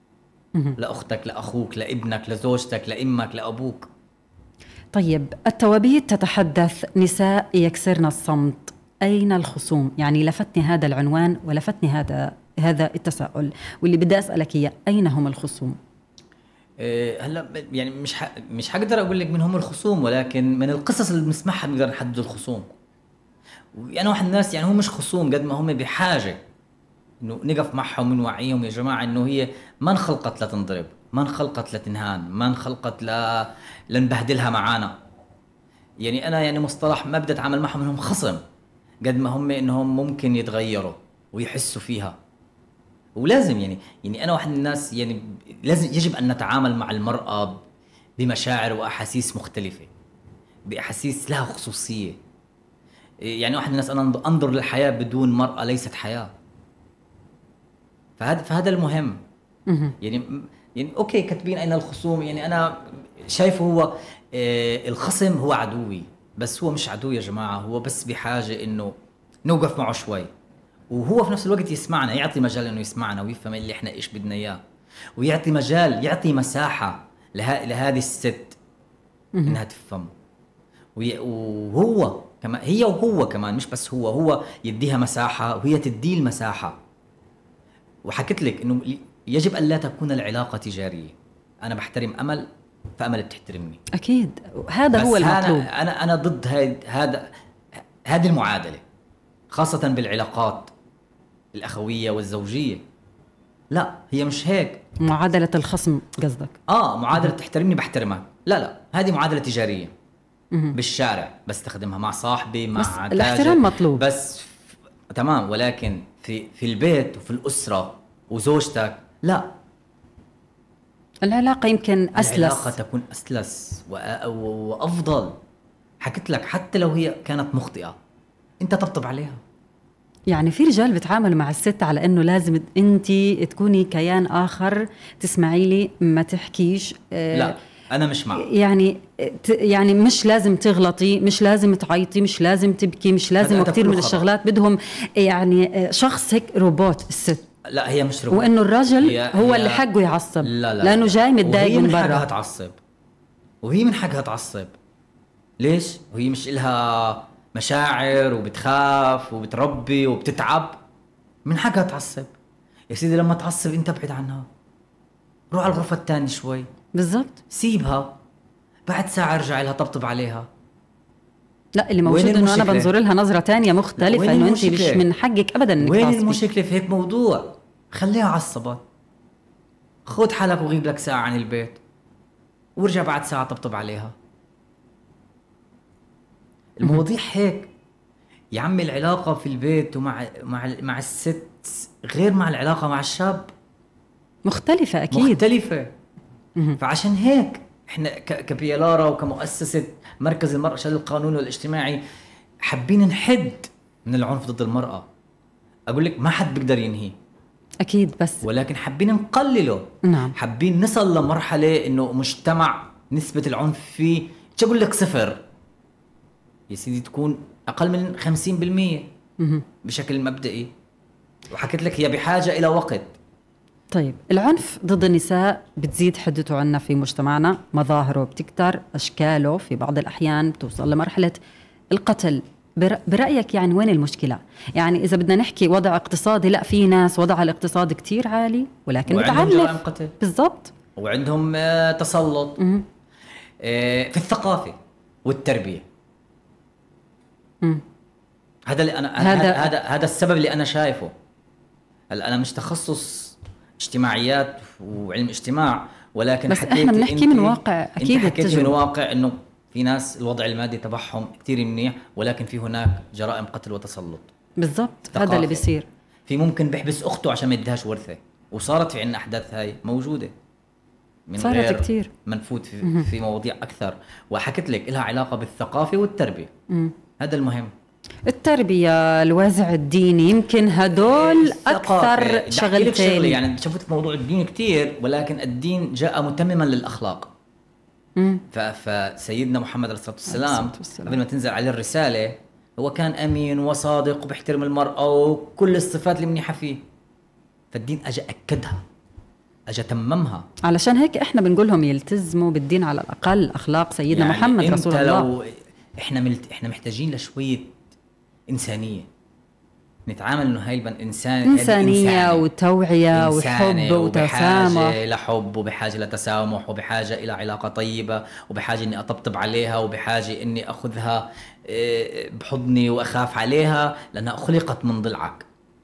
لأختك، لأخوك، لابنك، لزوجتك، لأمك، لأبوك. طيب، التوابيت تتحدث نساء يكسرن الصمت أين الخصوم؟ يعني لفتني هذا العنوان ولفتني هذا التساؤل، واللي بدي أسألك إياه أين هم الخصوم؟ هلا يعني مش حقدر اقول لك من هم الخصوم، ولكن من القصص اللي بنسمعها بنقدر نحدد الخصوم. وانا واحد الناس يعني هم مش خصوم قد ما هم بحاجه انه نقف معهم ونوعيهم يا جماعه انه هي ما انخلقت لتنضرب، ما انخلقت لتنهان، ما انخلقت لنبهدلها معانا. يعني انا يعني مصطلح ما بدي اتعامل معهم انهم خصم قد ما هم انهم ممكن يتغيروا ويحسوا فيها. ولازم يعني انا واحد من الناس يعني لازم يجب ان نتعامل مع المرأة بمشاعر واحاسيس مختلفة، باحاسيس لها خصوصية. يعني واحد من الناس انا انظر للحياة بدون مرأة ليست حياة. فهذا المهم. يعني اوكي كاتبين اين الخصوم، يعني انا شايفه هو الخصم هو عدوي، بس هو مش عدو يا جماعة، هو بس بحاجة انه نوقف معه شوي، وهو في نفس الوقت يسمعنا، يعطي مجال انه يسمعنا ويفهم اللي احنا ايش بدنا اياه، ويعطي مجال، يعطي مساحة لهذه الست انها تفهم. وهو كمان، هي وهو كمان، مش بس هو يديها مساحة وهي تديه المساحة. وحكيت لك انه يجب ان لا تكون العلاقة تجارية. انا بحترم امل، فامل بتحترمني. اكيد هذا هو المطلوب. انا ضد هذه المعادلة، خاصة بالعلاقات الأخوية والزوجية. لا هي مش هيك. معادلة الخصم قصدك؟ معادلة تحترمني بحترمك. لا هذه معادلة تجارية. بالشارع بستخدمها مع صاحبي، مع تاجر، الاحترام مطلوب بس تمام. ولكن في البيت وفي الأسرة وزوجتك لا، العلاقة يمكن أسلس، العلاقة تكون أسلس وأفضل. حكيت لك حتى لو هي كانت مخطئة أنت طبطب عليها. يعني في رجال بتعاملوا مع الست على انه لازم انت تكوني كيان اخر، تسمعي لي ما تحكيش. لا انا مش معه. يعني مش لازم تغلطي، مش لازم تعيطي، مش لازم تبكي، مش لازم كثير من الشغلات بدهم يعني شخص هيك روبوت. الست لا هي مش روبوت، وانه الرجل هو اللي حقه يعصب. لا لانه جاي متضايق من برا، حقها تعصب، وهي من حقها تعصب. ليش؟ وهي مش إلها مشاعر وبتخاف وبتربي وبتتعب؟ من حقها تعصب يا سيدي. لما تعصب انت ابعد عنها، روح على الغرفة الثانية شوي. بالضبط، سيبها، بعد ساعة ارجع لها طبطب عليها. لا اللي موجود انه انا بنظر لها نظرة تانية مختلفة، انه انت مش من حقك ابدا انك وين تعصبي. المشكلة في هيك موضوع؟ خليها عصبت، خد حالك وغيب لك ساعة عن البيت وارجع بعد ساعة طبطب عليها. المواضيع هيك يا عمي. العلاقة في البيت مع الست غير مع العلاقة مع الشاب، مختلفة أكيد، مختلفة. فعشان هيك احنا كبيلارا وكمؤسسة مركز المرأة الإرشاد القانوني والاجتماعي حابين نحد من العنف ضد المرأة. أقول لك ما حد بيقدر ينهي أكيد، بس ولكن حابين نقلله. نعم. حابين نصل لمرحلة إنه مجتمع نسبة العنف فيه أقول لك 0 يا سيدي، تكون أقل من 50% بشكل مبدئي. وحكيت لك هي بحاجة إلى وقت. طيب العنف ضد النساء بتزيد حدته عنا في مجتمعنا، مظاهره بتكتر، أشكاله في بعض الأحيان بتوصل لمرحلة القتل. برأيك يعني وين المشكلة؟ يعني إذا بدنا نحكي وضع اقتصادي، لا في ناس وضعها الاقتصادي كتير عالي ولكن بتعنف. بالضبط. وعندهم تسلط. في الثقافة والتربية. هذا اللي هذا السبب اللي أنا شايفه. أنا مش تخصص اجتماعيات وعلم اجتماع، ولكن بس احنا بنحكي من واقع. أكيد حكيت من واقع إنه في ناس الوضع المادي تبعهم كتير منيح، ولكن في هناك جرائم قتل وتسلط. بالضبط، هذا اللي بيصير. في ممكن بيحبس أخته عشان ما يديهاش ورثة، وصارت في عنا أحداث هاي موجودة من صارت غير كتير. منفوت في مواضيع أكثر. وحكيت لك إلها علاقة بالثقافة والتربية. هذا المهم. التربية، الوازع الديني، يمكن هدول أكثر شغلتين. يعني شفت موضوع الدين كتير، ولكن الدين جاء متمما للأخلاق. فسيدنا محمد عليه الصلاة والسلام قبل ما تنزل عليه الرسالة هو كان أمين وصادق وبيحترم المرأة وكل الصفات اللي منيحة فيه. فالدين أجا أكدها، أجا تممها. علشان هيك إحنا بنقولهم يلتزموا بالدين على الأقل أخلاق سيدنا يعني محمد رسول الله. لو إحنا محتاجين لشوية إنسانية، نتعامل إنه هاي إنسانية وتوعية وحب وتسامح، وبحاجة لحب وبحاجة لتسامح وبحاجة إلى علاقة طيبة وبحاجة إني أطبطب عليها وبحاجة إني أخذها بحضني وأخاف عليها لأنها خلقت من ضلعك.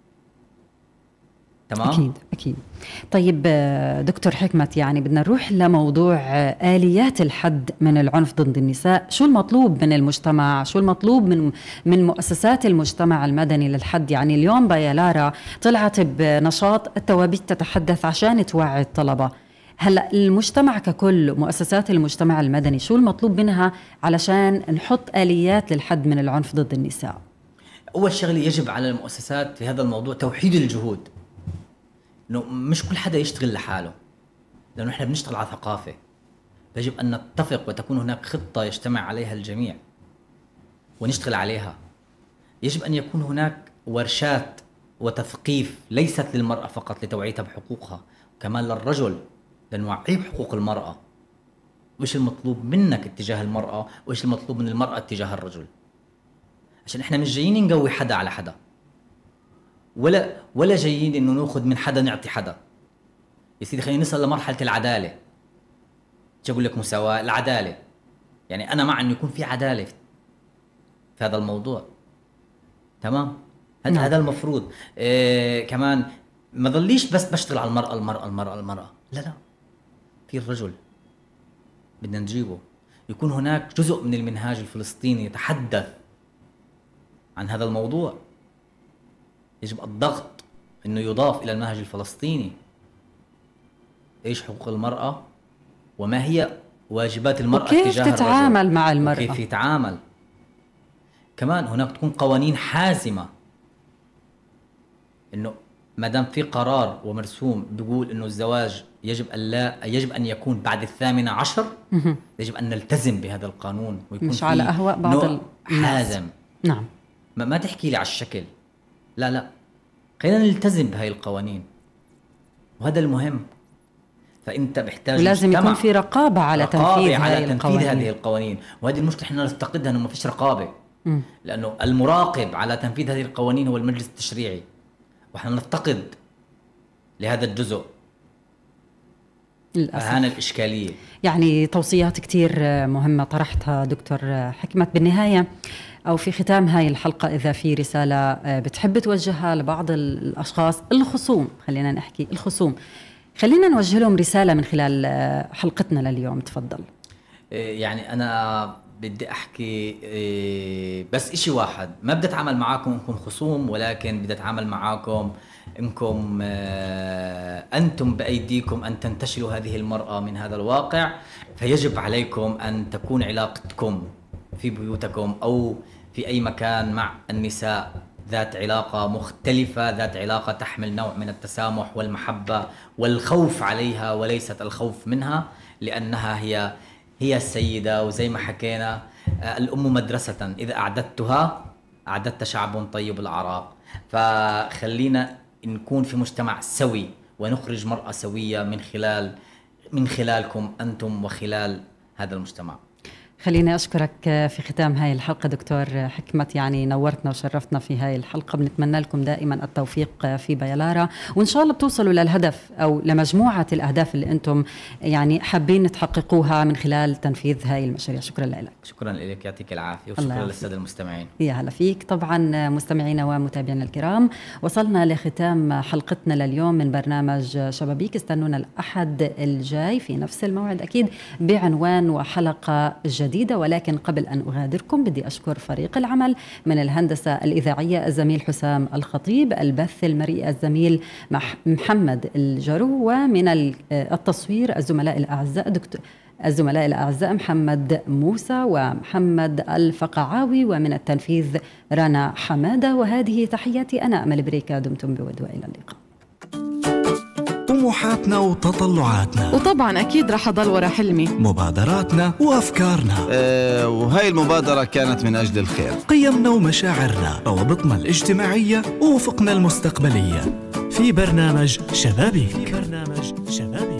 تمام؟ أكيد. طيب دكتور حكمت، يعني بدنا نروح لموضوع آليات الحد من العنف ضد النساء. شو المطلوب من المجتمع؟ شو المطلوب من مؤسسات المجتمع المدني للحد؟ يعني اليوم بايلارا طلعت بنشاط التوابيت تتحدث عشان توعي الطلبة. هلأ المجتمع ككل، مؤسسات المجتمع المدني، شو المطلوب منها علشان نحط آليات للحد من العنف ضد النساء؟ أول شغلة يجب على المؤسسات في هذا الموضوع توحيد الجهود، إنه مش كل حدا يشتغل لحاله، لأنه إحنا بنشتغل على ثقافة. يجب أن نتفق وتكون هناك خطة يجتمع عليها الجميع ونشتغل عليها. يجب أن يكون هناك ورشات وتثقيف ليست للمرأة فقط لتوعيتها بحقوقها، كمان للرجل لنوعيه بحقوق المرأة، وإيش المطلوب منك اتجاه المرأة وإيش المطلوب من المرأة اتجاه الرجل، عشان إحنا مش جايين نقوي حدا على حدا ولا جايين إنه نأخذ من حدا نعطي حدا. يا سيدي خلينا نصل لمرحلة العدالة. شو أقول لك؟ مساواة، العدالة. يعني أنا مع إنه يكون في عدالة في هذا الموضوع. تمام؟ هذا المفروض. كمان ما ضليش بس بشتغل على المرأة. لا، في الرجل بدنا نجيبه، يكون هناك جزء من المنهاج الفلسطيني يتحدث عن هذا الموضوع. يجب الضغط إنه يضاف إلى المنهج الفلسطيني إيش حقوق المرأة وما هي واجبات المرأة تجاه الرجل، وكيف تتعامل مع المرأة، وكيف يتعامل. كمان هناك تكون قوانين حازمة، إنه ما دام في قرار ومرسوم بيقول إنه الزواج يجب أن يكون بعد 18، يجب أن نلتزم بهذا القانون ويكون مش على أهواء بعض حازم. نعم. ما تحكي لي على الشكل، لا خلينا نلتزم بهاي القوانين، وهذا المهم. فأنت بحتاج ولازم يكون في رقابة على تنفيذ هذه القوانين. وهذه المشكلة احنا نفتقدها، انه ما فيش رقابة. لأنه المراقب على تنفيذ هذه القوانين هو المجلس التشريعي، واحنا نفتقد لهذا الجزء للأسف. هنا الإشكالية. يعني توصيات كتير مهمة طرحتها دكتور حكمت. بالنهاية أو في ختام هاي الحلقة، إذا في رسالة بتحب توجهها لبعض الأشخاص الخصوم، خلينا نحكي الخصوم، خلينا نوجه لهم رسالة من خلال حلقتنا لليوم. تفضل. يعني أنا بدي أحكي بس إشي واحد، ما بدي أتعامل معاكم إنكم خصوم، ولكن بدي أتعامل معاكم إنكم أنتم بأيديكم أن تنتشلوا هذه المرأة من هذا الواقع. فيجب عليكم أن تكون علاقتكم في بيوتكم أو في أي مكان مع النساء ذات علاقة مختلفة، ذات علاقة تحمل نوع من التسامح والمحبة والخوف عليها وليست الخوف منها، لأنها هي السيدة. وزي ما حكينا، الأم مدرسة إذا أعددتها أعددت شعب طيب الأعراق. فخلينا نكون في مجتمع سوي ونخرج مرأة سوية من خلالكم أنتم وخلال هذا المجتمع. خليني أشكرك في ختام هاي الحلقة دكتور حكمت، يعني نورتنا وشرفتنا في هاي الحلقة. بنتمنى لكم دائما التوفيق في بايلارا، وإن شاء الله بتوصلوا للهدف أو لمجموعة الأهداف اللي أنتم يعني حابين تحققوها من خلال تنفيذ هاي المشاريع. شكرا لك. شكرا لك، يعطيك العافية، وشكرا للسادة المستمعين. يا هلا فيك. طبعا مستمعينا ومتابعينا الكرام، وصلنا لختام حلقتنا لليوم من برنامج شبابيك. استنونا الأحد الجاي في نفس الموعد أكيد بعنوان وحلقة جديدة. ولكن قبل أن أغادركم بدي أشكر فريق العمل من الهندسة الإذاعية الزميل حسام الخطيب، البث المرئي الزميل محمد الجرو، ومن التصوير الزملاء الأعزاء محمد موسى ومحمد الفقعاوي، ومن التنفيذ رنا حمادة. وهذه تحياتي أنا أمل بريكا، دمتم بود وإلى اللقاء. طموحاتنا وتطلعاتنا، وطبعا أكيد رح أضل ورا حلمي، مبادراتنا وأفكارنا، وهاي المبادرة كانت من أجل الخير، قيمنا ومشاعرنا، روابطنا الاجتماعية وأفقنا المستقبلية، في برنامج شبابيك.